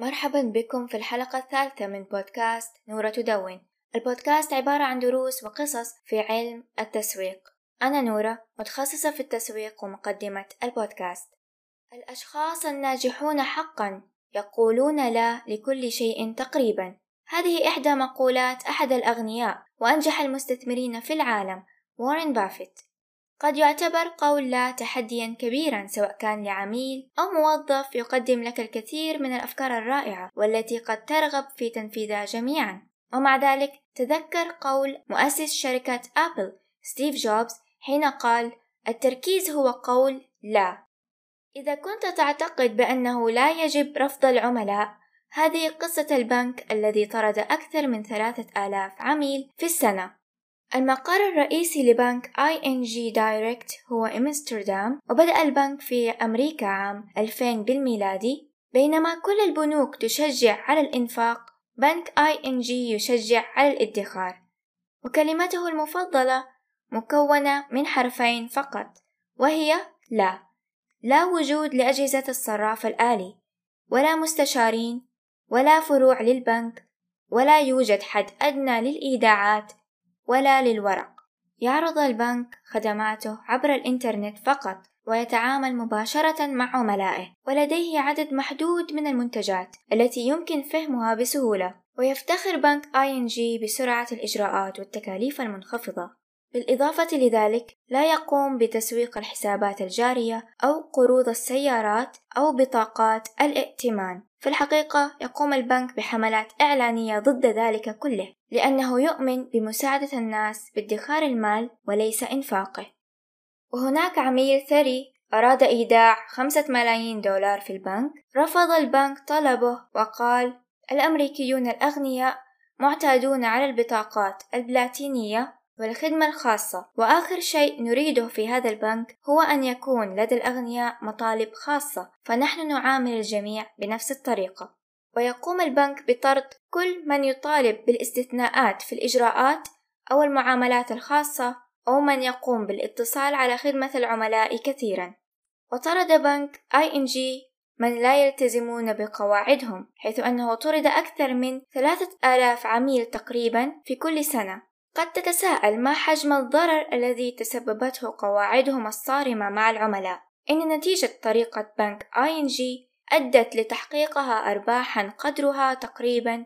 مرحبا بكم في الحلقة الثالثة من بودكاست نورة تدون. البودكاست عبارة عن دروس وقصص في علم التسويق. أنا نورة، متخصصة في التسويق ومقدمة البودكاست. الأشخاص الناجحون حقا يقولون لا لكل شيء تقريبا. هذه إحدى مقولات أحد الأغنياء وأنجح المستثمرين في العالم، وارين بافيت. قد يعتبر قول لا تحديا كبيرا، سواء كان لعميل أو موظف يقدم لك الكثير من الأفكار الرائعة والتي قد ترغب في تنفيذها جميعا. ومع ذلك تذكر قول مؤسس شركة أبل ستيف جوبز حين قال: التركيز هو قول لا. إذا كنت تعتقد بأنه لا يجب رفض العملاء، هذه قصة البنك الذي طرد أكثر من 3000 عميل في السنة. المقر الرئيسي لبنك ING دايركت هو أمستردام، وبدأ البنك في أمريكا عام 2000 بالميلادي. بينما كل البنوك تشجع على الإنفاق، بنك ING يشجع على الادخار. وكلمته المفضلة مكونة من حرفين فقط، وهي لا. لا وجود لأجهزة الصراف الآلي، ولا مستشارين، ولا فروع للبنك، ولا يوجد حد أدنى للإيداعات ولا للورق. يعرض البنك خدماته عبر الإنترنت فقط، ويتعامل مباشرة مع عملائه، ولديه عدد محدود من المنتجات التي يمكن فهمها بسهولة. ويفتخر بنك ING بسرعة الإجراءات والتكاليف المنخفضة. بالإضافة لذلك لا يقوم بتسويق الحسابات الجارية أو قروض السيارات أو بطاقات الائتمان. في الحقيقة يقوم البنك بحملات إعلانية ضد ذلك كله، لأنه يؤمن بمساعدة الناس بادخار المال وليس إنفاقه. وهناك عميل ثري أراد إيداع 5 ملايين دولار في البنك. رفض البنك طلبه وقال: الأمريكيون الأغنياء معتادون على البطاقات البلاتينية والخدمة الخاصة، وآخر شيء نريده في هذا البنك هو أن يكون لدى الأغنياء مطالب خاصة، فنحن نعامل الجميع بنفس الطريقة. ويقوم البنك بطرد كل من يطالب بالاستثناءات في الإجراءات أو المعاملات الخاصة، أو من يقوم بالاتصال على خدمة العملاء كثيرا. وطرد بنك ING من لا يلتزمون بقواعدهم، حيث أنه طرد أكثر من 3000 عميل تقريبا في كل سنة. قد تتساءل: ما حجم الضرر الذي تسببته قواعدهم الصارمة مع العملاء؟ إن نتيجة طريقة بنك ING أدت لتحقيقها أرباحا قدرها تقريبا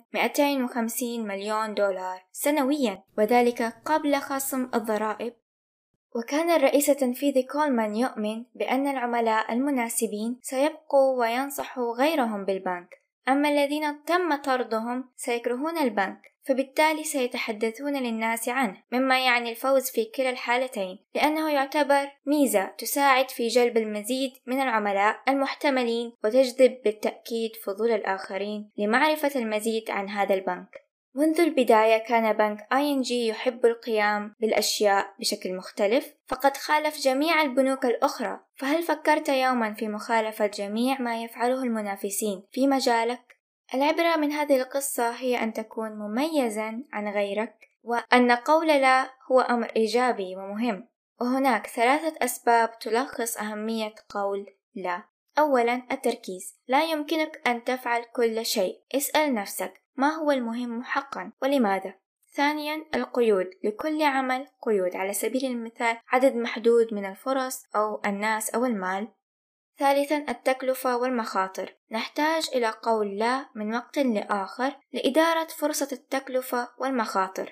250 مليون دولار سنويا، وذلك قبل خصم الضرائب. وكان الرئيس التنفيذي كولمان يؤمن بأن العملاء المناسبين سيبقوا وينصحوا غيرهم بالبنك، أما الذين تم طردهم سيكرهون البنك، فبالتالي سيتحدثون للناس عنه، مما يعني الفوز في كلا الحالتين، لأنه يعتبر ميزة تساعد في جلب المزيد من العملاء المحتملين وتجذب بالتأكيد فضول الآخرين لمعرفة المزيد عن هذا البنك. منذ البداية كان بنك ING يحب القيام بالأشياء بشكل مختلف، فقد خالف جميع البنوك الأخرى. فهل فكرت يوما في مخالفة جميع ما يفعله المنافسين في مجالك؟ العبرة من هذه القصة هي أن تكون مميزا عن غيرك، وأن قول لا هو أمر إيجابي ومهم. وهناك 3 أسباب تلخص أهمية قول لا. أولا، التركيز. لا يمكنك أن تفعل كل شيء. اسأل نفسك: ما هو المهم حقا ولماذا؟ ثانيا، القيود. لكل عمل قيود، على سبيل المثال عدد محدود من الفرص أو الناس أو المال. ثالثا، التكلفة والمخاطر. نحتاج إلى قول لا من وقت لآخر لإدارة فرصة التكلفة والمخاطر.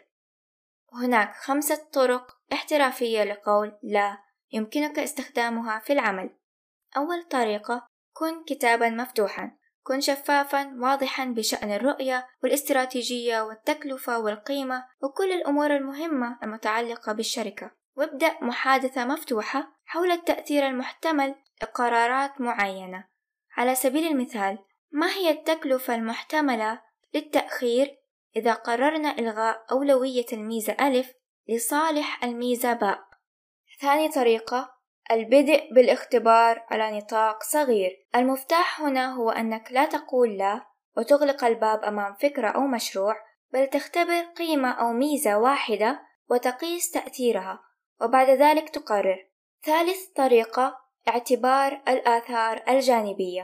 هناك 5 طرق احترافية لقول لا يمكنك استخدامها في العمل. أول طريقة: كن كتابا مفتوحا. كن شفافا واضحا بشأن الرؤية والاستراتيجية والتكلفة والقيمة وكل الأمور المهمة المتعلقة بالشركة، وابدأ محادثة مفتوحة حول التأثير المحتمل لقرارات معينة. على سبيل المثال: ما هي التكلفة المحتملة للتأخير إذا قررنا إلغاء أولوية الميزة ألف لصالح الميزة باء؟ ثاني طريقة: البدء بالاختبار على نطاق صغير. المفتاح هنا هو أنك لا تقول لا وتغلق الباب أمام فكرة أو مشروع، بل تختبر قيمة أو ميزة واحدة وتقيس تأثيرها، وبعد ذلك تقرر. ثالث طريقة: اعتبار الآثار الجانبية.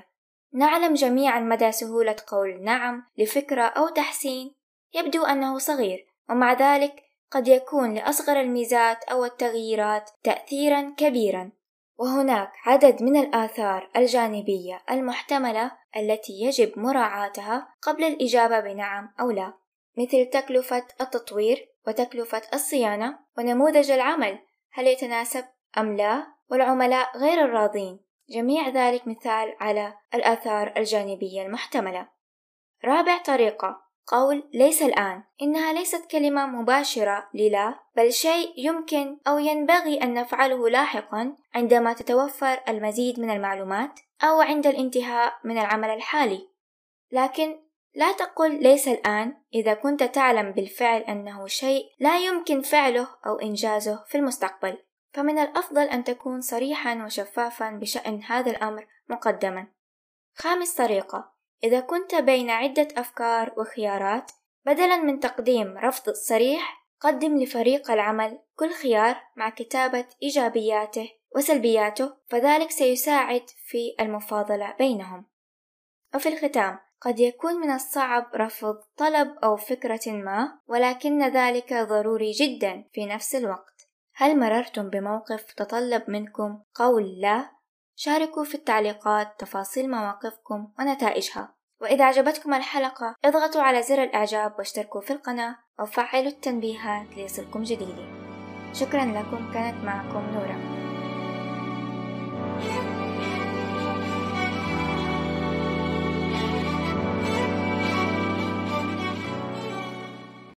نعلم جميعا مدى سهولة قول نعم لفكرة أو تحسين يبدو أنه صغير، ومع ذلك قد يكون لأصغر الميزات أو التغييرات تأثيرا كبيرا. وهناك عدد من الآثار الجانبية المحتملة التي يجب مراعاتها قبل الإجابة بنعم أو لا، مثل تكلفة التطوير وتكلفة الصيانة ونموذج العمل هل يتناسب أم لا، والعملاء غير الراضين. جميع ذلك مثال على الآثار الجانبية المحتملة. رابع طريقة، قول ليس الآن. إنها ليست كلمة مباشرة للا، بل شيء يمكن أو ينبغي أن نفعله لاحقا عندما تتوفر المزيد من المعلومات أو عند الانتهاء من العمل الحالي. لكن لا تقل ليس الآن إذا كنت تعلم بالفعل أنه شيء لا يمكن فعله أو إنجازه في المستقبل، فمن الأفضل أن تكون صريحا وشفافا بشأن هذا الأمر مقدما. خامس طريقة، إذا كنت بين عدة أفكار وخيارات، بدلا من تقديم رفض صريح، قدم لفريق العمل كل خيار مع كتابة إيجابياته وسلبياته، فذلك سيساعد في المفاضلة بينهم. وفي الختام، قد يكون من الصعب رفض طلب أو فكرة ما، ولكن ذلك ضروري جدا في نفس الوقت. هل مررتم بموقف تطلب منكم قول لا؟ شاركوا في التعليقات تفاصيل مواقفكم ونتائجها. وإذا عجبتكم الحلقة اضغطوا على زر الإعجاب واشتركوا في القناة وفعلوا التنبيهات ليصلكم جديدي. شكرا لكم، كانت معكم نورة.